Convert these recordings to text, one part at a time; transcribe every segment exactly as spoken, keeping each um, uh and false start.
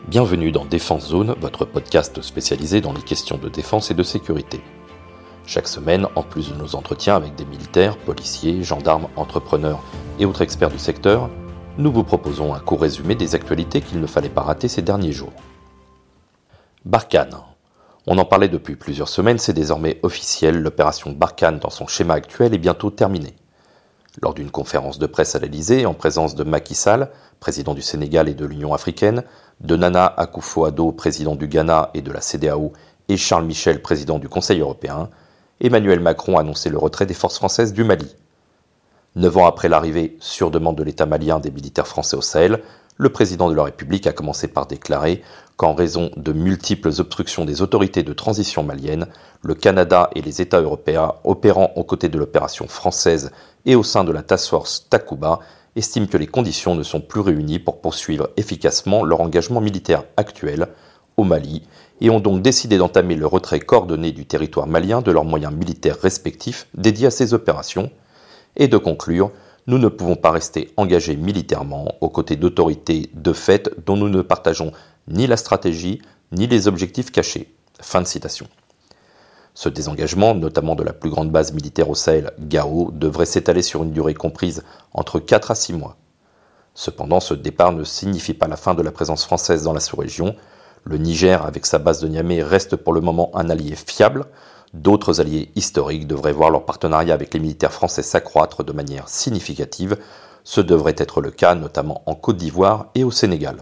Bienvenue dans Défense Zone, votre podcast spécialisé dans les questions de défense et de sécurité. Chaque semaine, en plus de nos entretiens avec des militaires, policiers, gendarmes, entrepreneurs et autres experts du secteur, nous vous proposons un court résumé des actualités qu'il ne fallait pas rater ces derniers jours. Barkhane. On en parlait depuis plusieurs semaines, c'est désormais officiel, l'opération Barkhane dans son schéma actuel est bientôt terminée. Lors d'une conférence de presse à l'Elysée, en présence de Macky Sall, président du Sénégal et de l'Union africaine, de Nana Akufo-Addo, président du Ghana et de la CEDEAO, et Charles Michel, président du Conseil européen, Emmanuel Macron a annoncé le retrait des forces françaises du Mali. Neuf ans après l'arrivée, sur demande de l'État malien, des militaires français au Sahel, le président de la République a commencé par déclarer qu'en raison de multiples obstructions des autorités de transition maliennes, le Canada et les États européens opérant aux côtés de l'opération française et au sein de la Task Force Takuba estiment que les conditions ne sont plus réunies pour poursuivre efficacement leur engagement militaire actuel au Mali et ont donc décidé d'entamer le retrait coordonné du territoire malien de leurs moyens militaires respectifs dédiés à ces opérations et de conclure « Nous ne pouvons pas rester engagés militairement aux côtés d'autorités de fait dont nous ne partageons ni la stratégie ni les objectifs cachés. » Fin de citation. Ce désengagement, notamment de la plus grande base militaire au Sahel, Gao, devrait s'étaler sur une durée comprise entre quatre à six mois. Cependant, ce départ ne signifie pas la fin de la présence française dans la sous-région. Le Niger, avec sa base de Niamey, reste pour le moment un allié fiable. D'autres alliés historiques devraient voir leur partenariat avec les militaires français s'accroître de manière significative. Ce devrait être le cas notamment en Côte d'Ivoire et au Sénégal.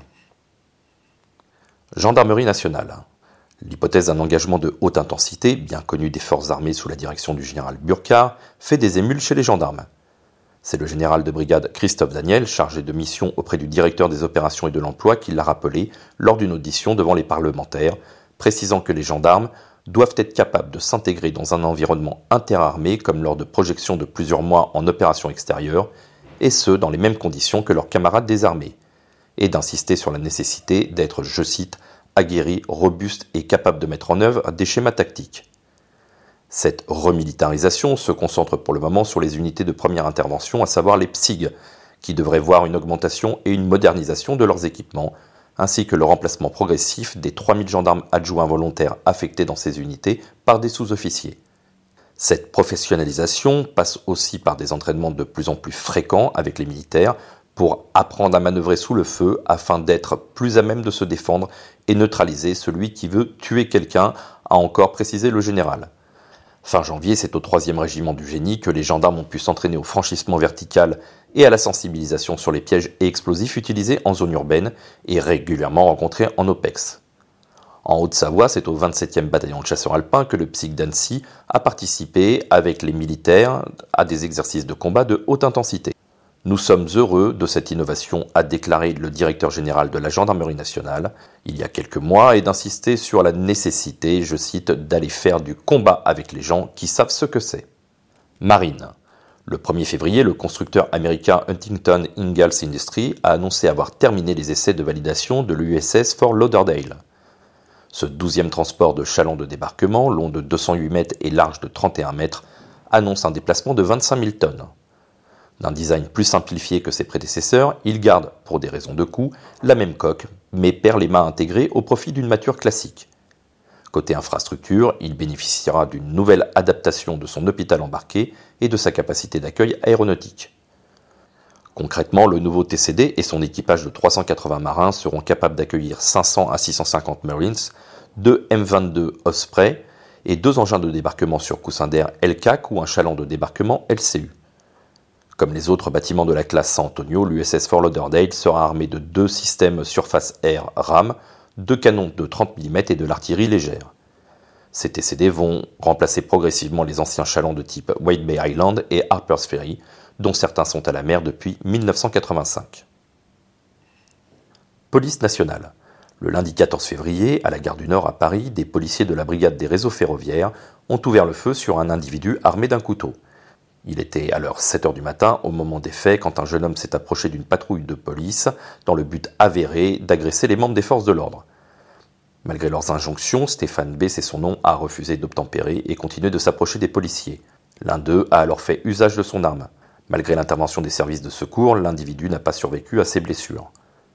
Gendarmerie nationale. L'hypothèse d'un engagement de haute intensité, bien connue des forces armées sous la direction du général Burkhardt, fait des émules chez les gendarmes. C'est le général de brigade Christophe Daniel, chargé de mission auprès du directeur des opérations et de l'emploi, qui l'a rappelé lors d'une audition devant les parlementaires, précisant que les gendarmes doivent être capables de s'intégrer dans un environnement interarmé comme lors de projections de plusieurs mois en opération extérieure, et ce, dans les mêmes conditions que leurs camarades des armées, et d'insister sur la nécessité d'être, je cite, aguerri, robuste et capable de mettre en œuvre des schémas tactiques. Cette remilitarisation se concentre pour le moment sur les unités de première intervention, à savoir les P S I G, qui devraient voir une augmentation et une modernisation de leurs équipements, ainsi que le remplacement progressif des trois mille gendarmes adjoints volontaires affectés dans ces unités par des sous-officiers. Cette professionnalisation passe aussi par des entraînements de plus en plus fréquents avec les militaires, pour apprendre à manœuvrer sous le feu afin d'être plus à même de se défendre et neutraliser celui qui veut tuer quelqu'un, a encore précisé le général. Fin janvier, c'est au troisième régiment du génie que les gendarmes ont pu s'entraîner au franchissement vertical et à la sensibilisation sur les pièges et explosifs utilisés en zone urbaine et régulièrement rencontrés en O P E X. En Haute-Savoie, c'est au vingt-septième bataillon de chasseurs alpins que le P S I G d'Annecy a participé avec les militaires à des exercices de combat de haute intensité. Nous sommes heureux de cette innovation, a déclaré le directeur général de la Gendarmerie nationale il y a quelques mois, et d'insister sur la nécessité, je cite, d'aller faire du combat avec les gens qui savent ce que c'est. Marine. Le premier février, le constructeur américain Huntington Ingalls Industries a annoncé avoir terminé les essais de validation de l'U S S Fort Lauderdale. Ce douzième transport de chalands de débarquement, long de deux cent huit mètres et large de trente et un mètres, annonce un déplacement de vingt-cinq mille tonnes. D'un design plus simplifié que ses prédécesseurs, il garde, pour des raisons de coût, la même coque, mais perd les mâts intégrés au profit d'une mâture classique. Côté infrastructure, il bénéficiera d'une nouvelle adaptation de son hôpital embarqué et de sa capacité d'accueil aéronautique. Concrètement, le nouveau T C D et son équipage de trois cent quatre-vingts marins seront capables d'accueillir cinq cents à six cent cinquante Marines, deux M vingt-deux Osprey et deux engins de débarquement sur coussin d'air L C A C ou un chaland de débarquement L C U. Comme les autres bâtiments de la classe San Antonio, l'U S S Fort Lauderdale sera armé de deux systèmes surface-air RAM, deux canons de trente millimètres et de l'artillerie légère. Ces T C D vont remplacer progressivement les anciens chalands de type White Bay Island et Harper's Ferry, dont certains sont à la mer depuis mille neuf cent quatre-vingt-cinq. Police nationale. Le lundi quatorze février, à la gare du Nord à Paris, des policiers de la brigade des réseaux ferroviaires ont ouvert le feu sur un individu armé d'un couteau. Il était alors sept heures du matin au moment des faits quand un jeune homme s'est approché d'une patrouille de police dans le but avéré d'agresser les membres des forces de l'ordre. Malgré leurs injonctions, Stéphane B, c'est son nom, a refusé d'obtempérer et continué de s'approcher des policiers. L'un d'eux a alors fait usage de son arme. Malgré l'intervention des services de secours, l'individu n'a pas survécu à ses blessures.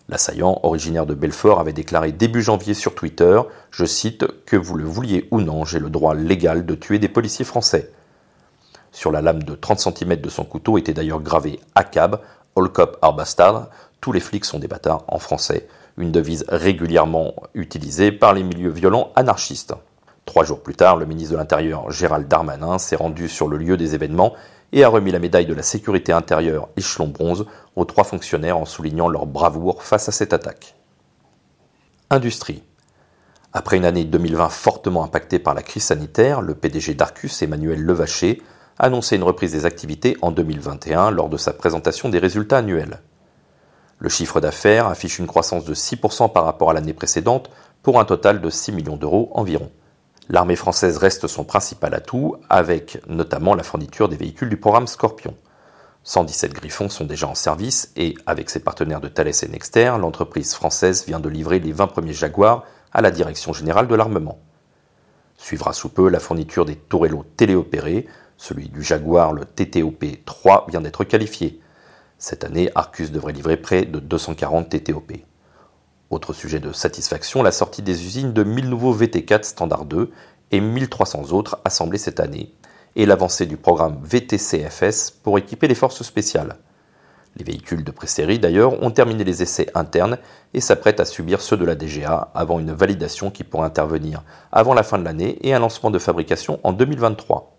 L'assaillant, originaire de Belfort, avait déclaré début janvier sur Twitter, je cite, « Que vous le vouliez ou non, j'ai le droit légal de tuer des policiers français ». Sur la lame de trente centimètres de son couteau était d'ailleurs gravé « A C A B, All Cop are Bastard », tous les flics sont des bâtards en français, une devise régulièrement utilisée par les milieux violents anarchistes. Trois jours plus tard, le ministre de l'Intérieur Gérald Darmanin s'est rendu sur le lieu des événements et a remis la médaille de la sécurité intérieure échelon bronze aux trois fonctionnaires en soulignant leur bravoure face à cette attaque. Industrie. Après une année deux mille vingt fortement impactée par la crise sanitaire, le P D G d'Arcus, Emmanuel Levaché, a annoncé une reprise des activités en deux mille vingt et un lors de sa présentation des résultats annuels. Le chiffre d'affaires affiche une croissance de six pour cent par rapport à l'année précédente pour un total de six millions d'euros environ. L'armée française reste son principal atout, avec notamment la fourniture des véhicules du programme Scorpion. cent dix-sept Griffons sont déjà en service et, avec ses partenaires de Thales et Nexter, l'entreprise française vient de livrer les vingt premiers Jaguars à la Direction générale de l'armement. Suivra sous peu la fourniture des tourellots téléopérés, celui du Jaguar, le T T O P trois, vient d'être qualifié. Cette année, Arcus devrait livrer près de deux cent quarante T T O P. Autre sujet de satisfaction, la sortie des usines de mille nouveaux V T quatre Standard deux et mille trois cents autres assemblés cette année, et l'avancée du programme V T C F S pour équiper les forces spéciales. Les véhicules de pré-série d'ailleurs ont terminé les essais internes et s'apprêtent à subir ceux de la D G A avant une validation qui pourrait intervenir avant la fin de l'année et un lancement de fabrication en deux mille vingt-trois.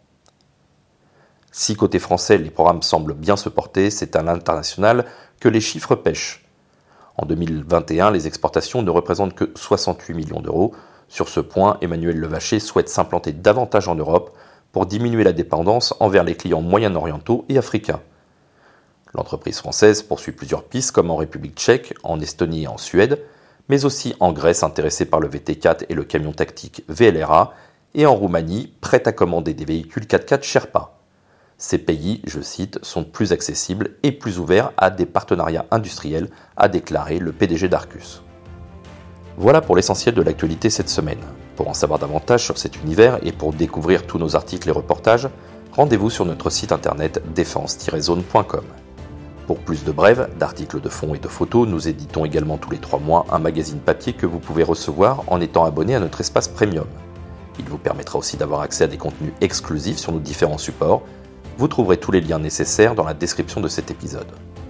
Si côté français les programmes semblent bien se porter, c'est à l'international que les chiffres pêchent. En deux mille vingt et un, les exportations ne représentent que soixante-huit millions d'euros. Sur ce point, Emmanuel Levaché souhaite s'implanter davantage en Europe pour diminuer la dépendance envers les clients moyen-orientaux et africains. L'entreprise française poursuit plusieurs pistes comme en République tchèque, en Estonie et en Suède, mais aussi en Grèce intéressée par le V T quatre et le camion tactique V L R A, et en Roumanie prête à commander des véhicules quatre-quatre Sherpa. Ces pays, je cite, sont plus accessibles et plus ouverts à des partenariats industriels, a déclaré le P D G d'Arcus. Voilà pour l'essentiel de l'actualité cette semaine. Pour en savoir davantage sur cet univers et pour découvrir tous nos articles et reportages, rendez-vous sur notre site internet défense tiret zone point com. Pour plus de brèves, d'articles de fond et de photos, nous éditons également tous les trois mois un magazine papier que vous pouvez recevoir en étant abonné à notre espace premium. Il vous permettra aussi d'avoir accès à des contenus exclusifs sur nos différents supports. Vous trouverez tous les liens nécessaires dans la description de cet épisode.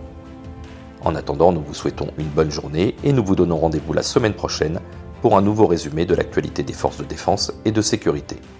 En attendant, nous vous souhaitons une bonne journée et nous vous donnons rendez-vous la semaine prochaine pour un nouveau résumé de l'actualité des forces de défense et de sécurité.